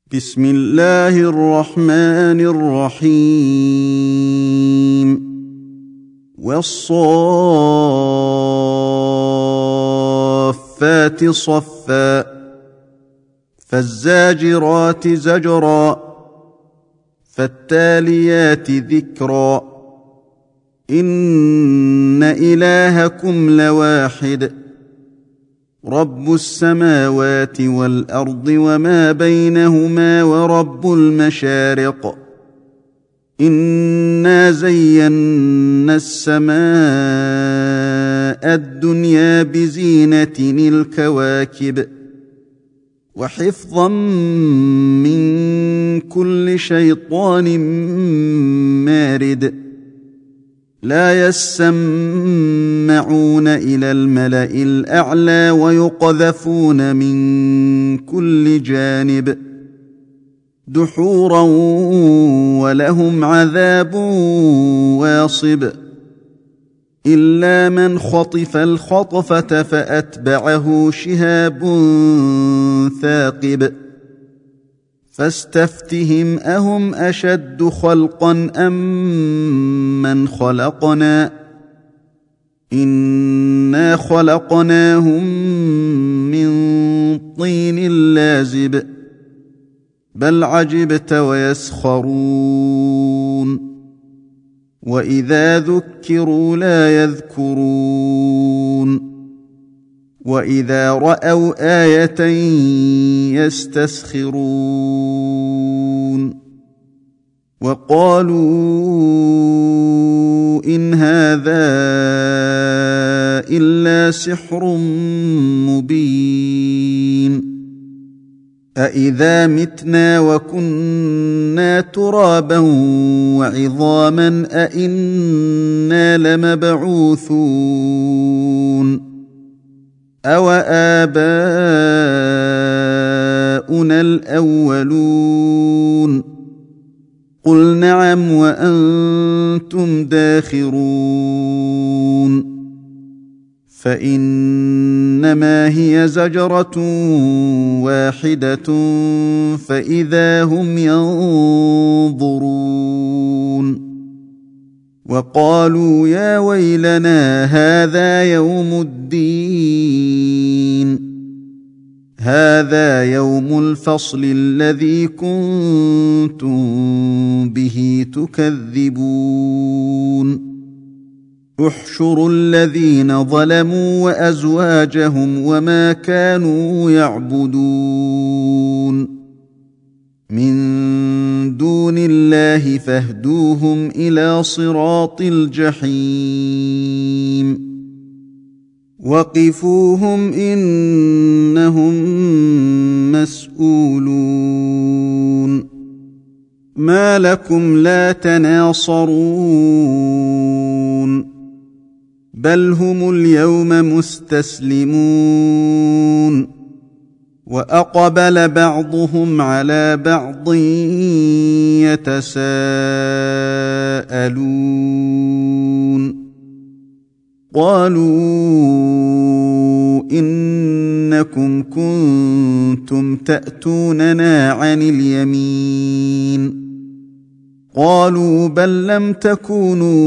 بسم الله الرحمن الرحيم والصافات صفا فالزاجرات زجرا فالتاليات ذكرا إن إلهكم لواحد رب السماوات والأرض وما بينهما ورب المشارق إنا زينا السماء الدنيا بزينة الكواكب وحفظا من كل شيطان مارد لا يسمعون إلى الملأ الأعلى ويقذفون من كل جانب دحورا ولهم عذاب واصب إلا من خطف الخطفة فأتبعه شهاب ثاقب فاستفتهم أهم أشد خلقا أم من خلقنا إنا خلقناهم من طين لازب بل عجبت ويسخرون وإذا ذكروا لا يذكرون وإذا رأوا آية يستسخرون وقالوا إن هذا إلا سحر مبين أإذا متنا وكنا ترابا وعظاما أإنا لمبعوثون أو آباؤنا الأولون قل نعم وأنتم داخرون فإنما هي زجرة واحدة فإذا هم ينظرون وقالوا يا ويلنا هذا يوم الدين هذا يوم الفصل الذي كنتم به تكذبون احشروا الذين ظلموا وأزواجهم وما كانوا يعبدون من دون الله فاهدوهم إلى صراط الجحيم وقفوهم إنهم مسؤولون ما لكم لا تناصرون بل هم اليوم مستسلمون وأقبل بعضهم على بعض يتساءلون قالوا إنكم كنتم تأتوننا عن اليمين قالوا بل لم تكونوا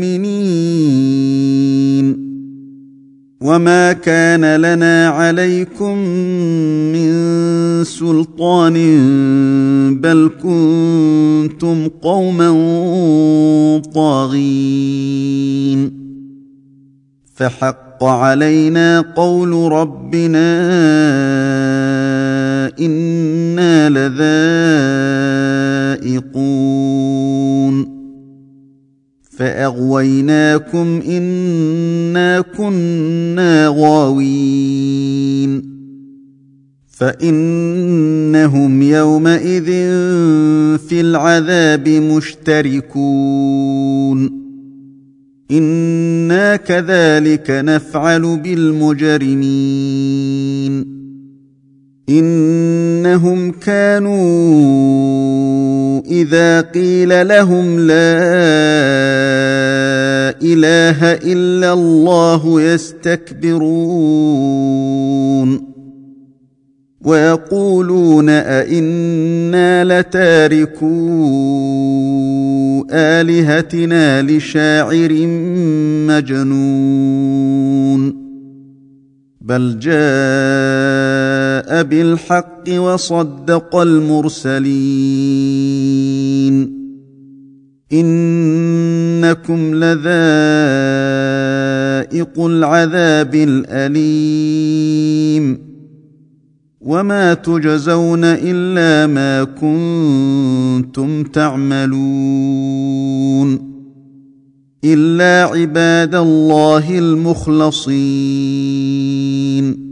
مؤمنين وما كان لنا عليكم من سلطان بل كنتم قوما طاغين فحق علينا قول ربنا إنا لذائقون فأغويناكم إنا كنا غاوين فإنهم يومئذ في العذاب مشتركون إنا كذلك نفعل بالمجرمين إنهم كانوا إذا قيل لهم لا إله إلا الله يستكبرون ويقولون أئنا لتاركو آلهتنا لشاعر مجنون بل جاء بالحق وصدق المرسلين إنكم لذائق العذاب الأليم وما تجزون إلا ما كنتم تعملون إلا عباد الله المخلصين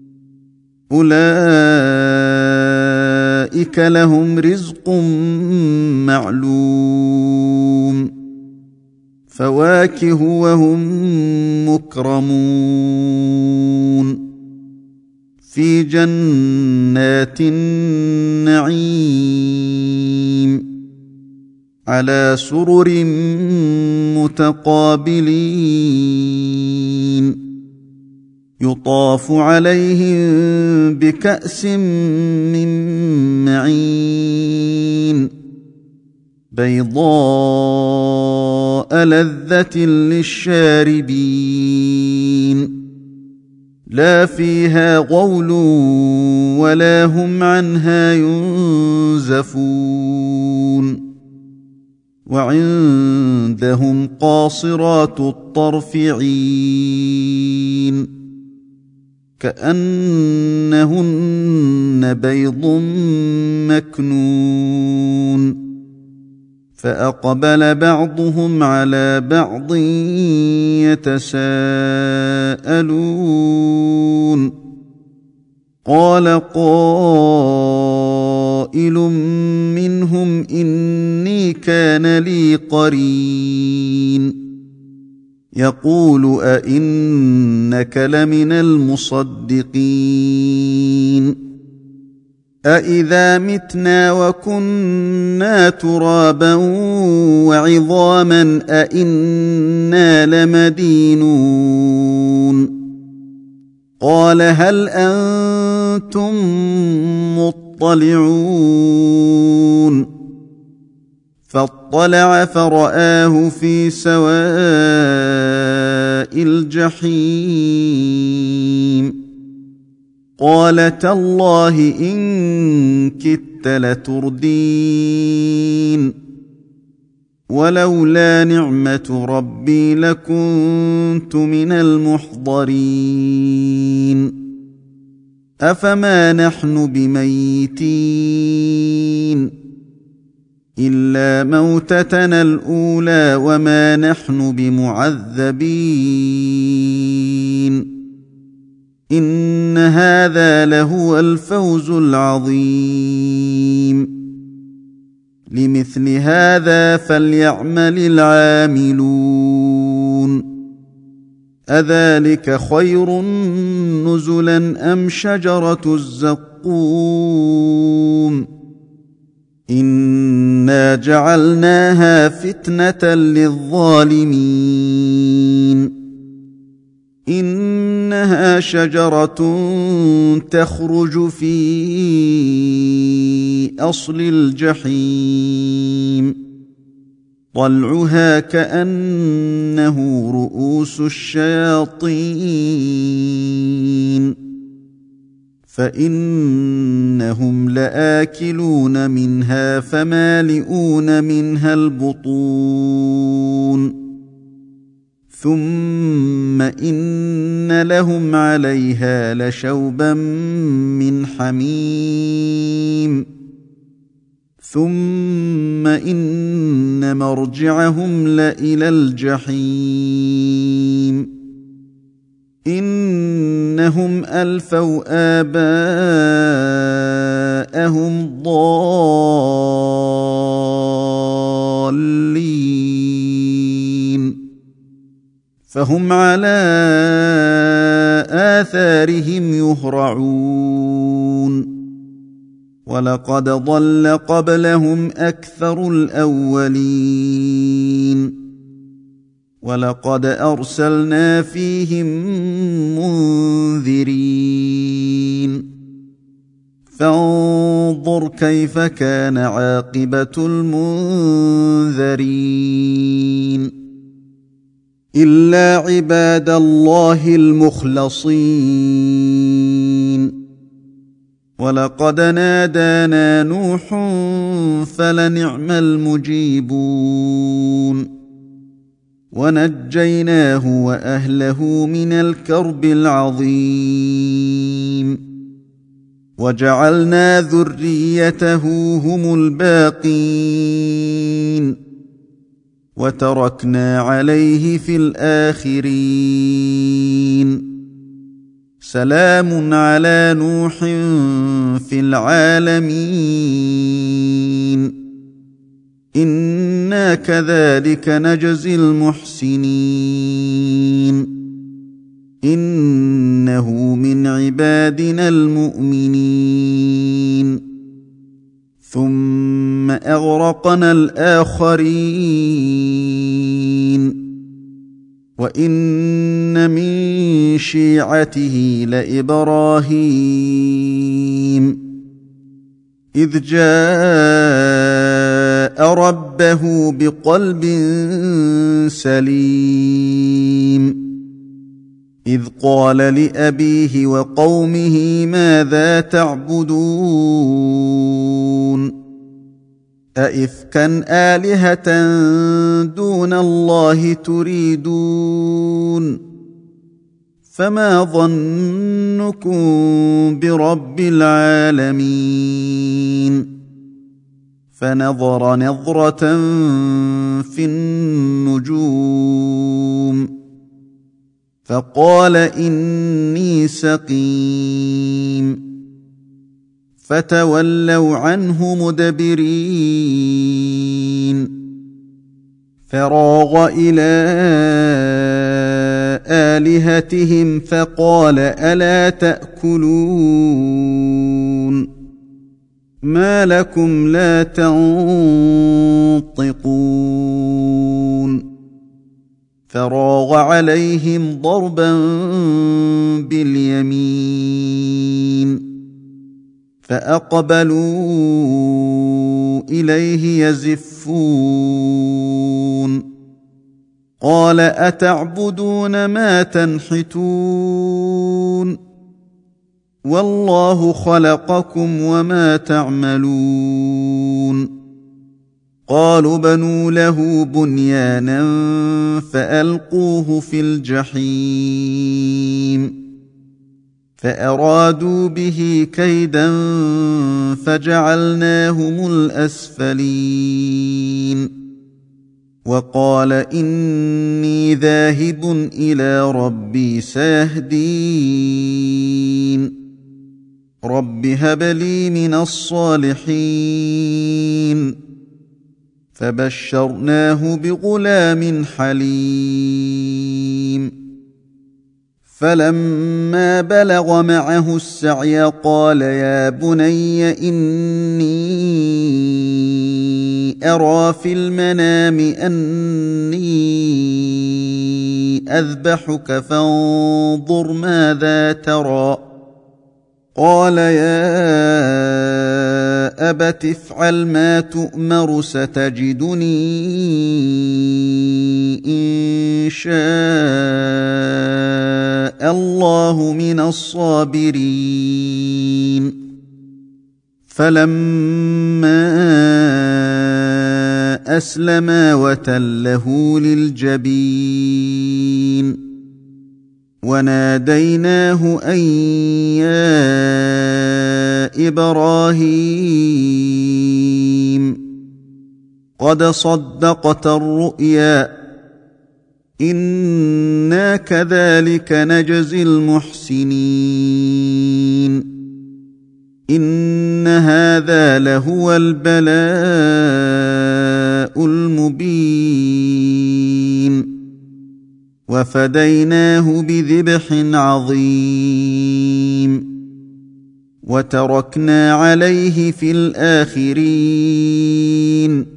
أولئك لهم رزق معلوم فواكه وهم مكرمون في جنات النعيم على سرر متقابلين يطاف عليهم بكأس من معين بيضاء لذة للشاربين لا فيها غول ولا هم عنها ينزفون وعندهم قاصرات الطرف عين كأنهن بيض مكنون فأقبل بعضهم على بعض يتساءلون قال قائل منهم إني كان لي قرين يقول أئنك لمن المصدقين أإذا متنا وكنا ترابا وعظاما أئنا لمدينون قال هل أنتم مطلعون فاطلع فرآه في سواء الجحيم قال تالله إن كدت لتردين ولولا نعمة ربي لكنت من المحضرين أفما نحن بميتين إلا موتتنا الأولى وما نحن بمعذبين إن هذا لهو الفوز العظيم لمثل هذا فليعمل العاملون أذلك خير نزلا أم شجرة الزقوم إنا جعلناها فتنة للظالمين إنها شجرة تخرج في أصل الجحيم طلعها كأنه رؤوس الشياطين فإنهم لآكلون منها فمالئون منها البطون ثم إن لهم عليها لشوبا من حميم ثم إن مرجعهم لإلى الجحيم إنهم ألفوا آباءهم ضالين فهم على آثارهم يهرعون ولقد ضل قبلهم أكثر الأولين ولقد أرسلنا فيهم منذرين فانظر كيف كان عاقبة المنذرين إلا عباد الله المخلصين ولقد نادانا نوح فلنعم المجيبون ونجيناه وأهله من الكرب العظيم وجعلنا ذريته هم الباقين وتركنا عليه في الآخرين سلام على نوح في العالمين إنا كذلك نجزي المحسنين إنه من عبادنا المؤمنين ثم أغرقنا الآخرين وإن من شيعته لإبراهيم إذ جاء ربه بقلب سليم إذ قال لأبيه وقومه ماذا تعبدون أئفكا آلهة دون الله تريدون فما ظنكم برب العالمين فنظر نظرة في النجوم فقال إني سقيم فتولوا عنه مدبرين فراغ إلى آلهتهم فقال ألا تأكلون ما لكم لا تنطقون فراغ عليهم ضربا باليمين فأقبلوا إليه يزفون قال أتعبدون ما تنحتون والله خلقكم وما تعملون قالوا بنوا له بنيانا فألقوه في الجحيم فأرادوا به كيدا فجعلناهم الأسفلين وقال إني ذاهب إلى ربي سيهدين رب هب لي من الصالحين فبشرناه بغلام حليم فلما بلغ معه السعي قال يا بني إني أرى في المنام أني أذبحك فانظر ماذا ترى قال يا أبت افعل ما تؤمر ستجدني إن شاء الله من الصابرين فلما أسلما وتله للجبين وناديناه أن يا إبراهيم قد صدقت الرؤيا إنا كذلك نجزي المحسنين إن هذا لهو البلاء المبين وفديناه بذبح عظيم وتركنا عليه في الآخرين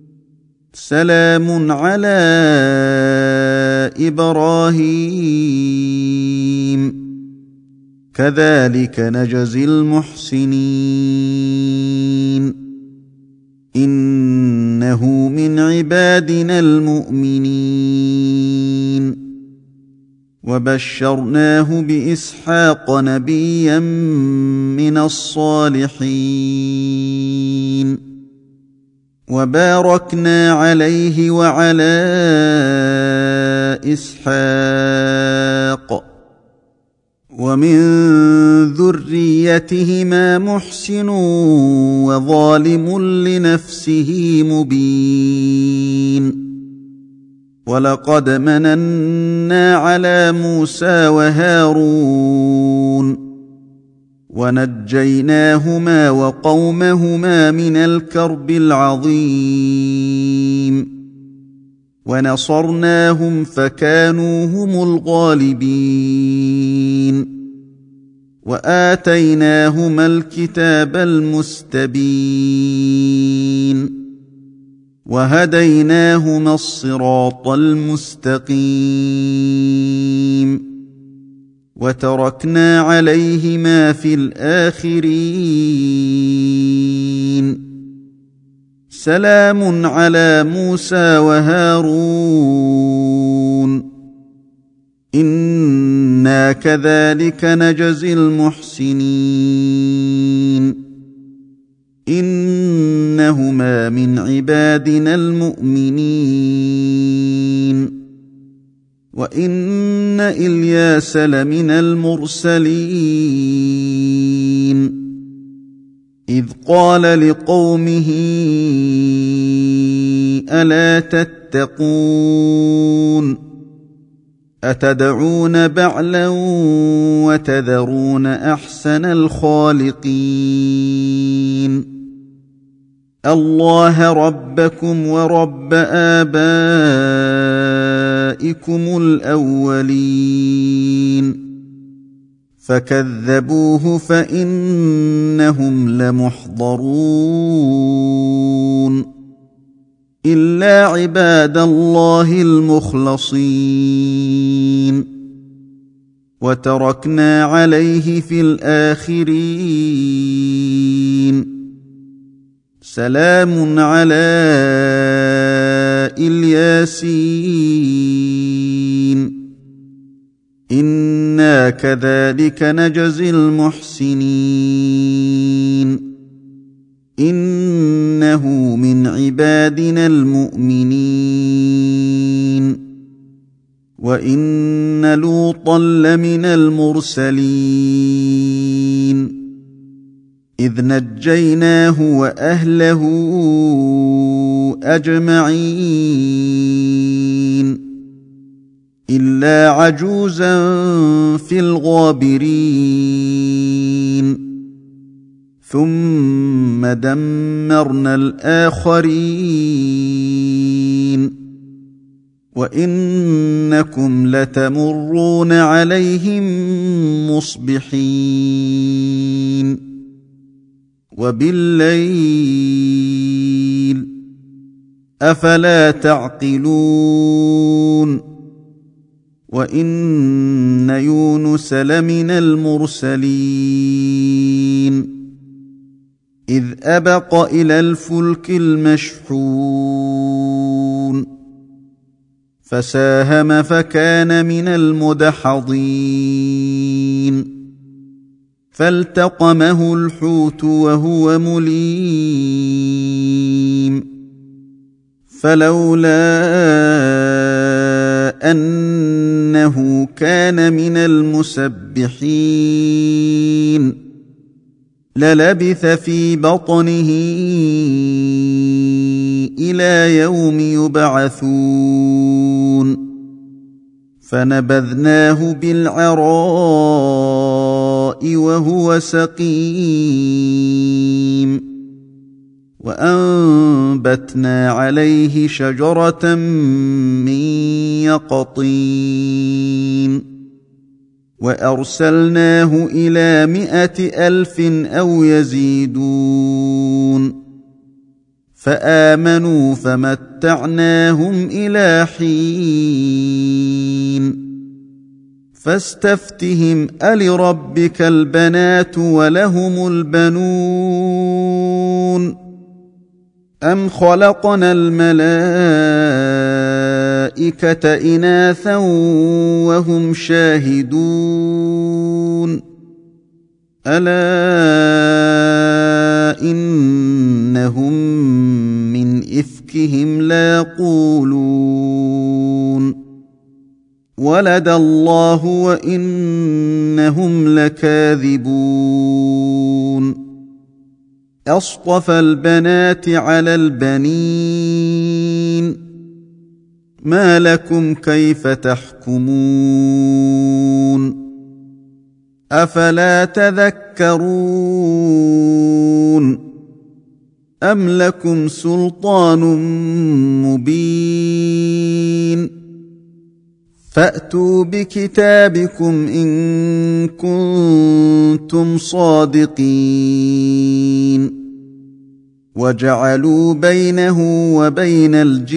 سلام على إبراهيم كذلك نجزي المحسنين إنه من عبادنا المؤمنين وبشرناه بإسحاق نبيا من الصالحين وباركنا عليه وعلى إسحاق ومن ذريتهما محسن وظالم لنفسه مبين ولقد مننا على موسى وهارون ونجيناهما وقومهما من الكرب العظيم ونصرناهم فكانوا هم الغالبين وآتيناهما الكتاب المستبين وهديناهما الصراط المستقيم وتركنا عليهما في الآخرين سلام على موسى وهارون إنا كذلك نجزي المحسنين إنهما من عبادنا المؤمنين وإن إلياس لمن المرسلين إذ قال لقومه ألا تتقون أتدعون بعلا وتذرون أحسن الخالقين الله ربكم ورب آبائكم الأولين فكذبوه فإنهم لمحضرون إلا عباد الله المخلصين وتركنا عليه في الآخرين سلام على الياسين إنا كذلك نجزي المحسنين إنه من عبادنا المؤمنين وإن لوطا لمن المرسلين إذ نجيناه وأهله أجمعين إلا عجوزا في الغابرين ثم دمرنا الآخرين وإنكم لتمرون عليهم مصبحين وبالليل أفلا تعقلون وإن يونس لمن المرسلين إذ أبق إلى الفلك المشحون فساهم فكان من المدحضين فالتقمه الحوت وهو مليم فلولا أنه كان من المسبحين للبث في بطنه إلى يوم يبعثون فنبذناه بالعراء وهو سقيم وأنبتنا عليه شجرة من يقطين وأرسلناه إلى 100,000 أو يزيدون فآمنوا فمتعناهم إلى حين فاستفتهم ألربك البنات ولهم البنون أم خلقنا الملائكة إناثا وهم شاهدون ألا إنهم من إفكهم ليقولون ولد الله وإنهم لكاذبون أصطفى البنات على البنين ما لكم كيف تحكمون أفلا تذكرون أم لكم سلطان مبين فأتوا بكتابكم إن كنتم صادقين وجعلوا بينه وبين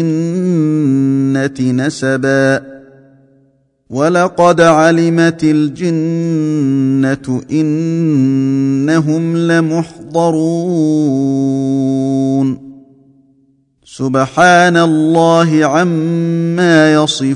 الجنة نسبا ولقد علمت الجنة إنهم لمحضرون سبحان الله عما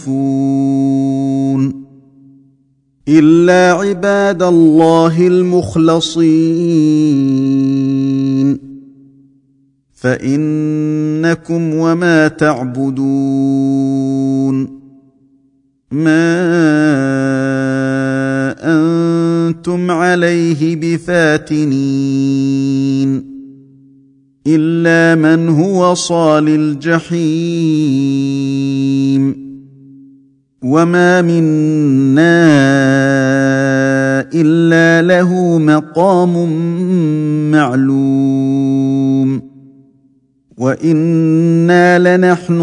يصفون إلا عباد الله المخلصين فإنكم وما تعبدون ما أنتم عليه بفاتنين إلا من هو صال الجحيم وما منا إلا له مقام معلوم وإنا لنحن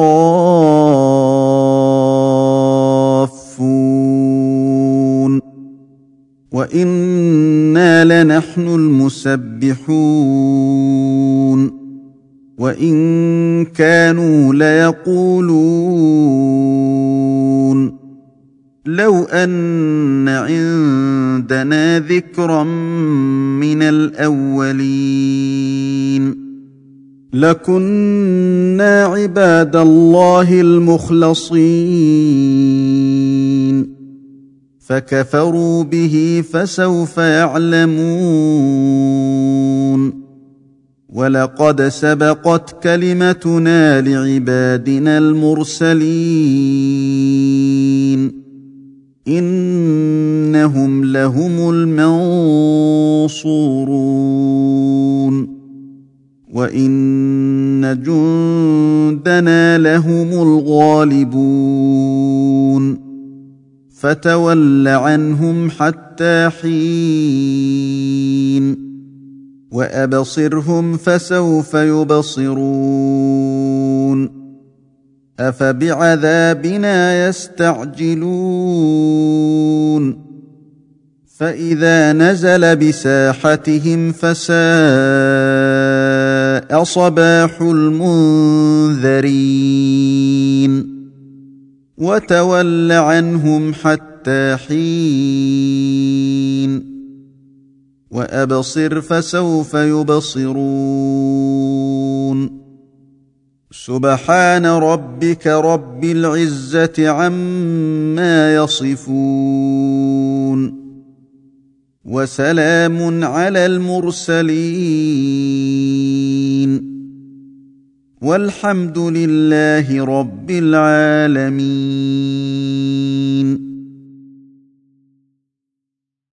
الصافون وإنا لنحن المسبحون وإن كانوا ليقولون لو أن عندنا ذكرا من الأولين لكنا عباد الله المخلصين فكفروا به فسوف يعلمون ولقد سبقت كلمتنا لعبادنا المرسلين إنهم لهم المنصورون وإن جندنا لهم الغالبون فتول عنهم حتى حين وأبصرهم فسوف يبصرون أفبعذابنا يستعجلون فإذا نزل بساحتهم فساء صباح المنذرين وتول عنهم حتى حين وأبصر فسوف يبصرون سبحان ربك رب العزة عما يصفون وسلام على المرسلين والحمد لله رب العالمين.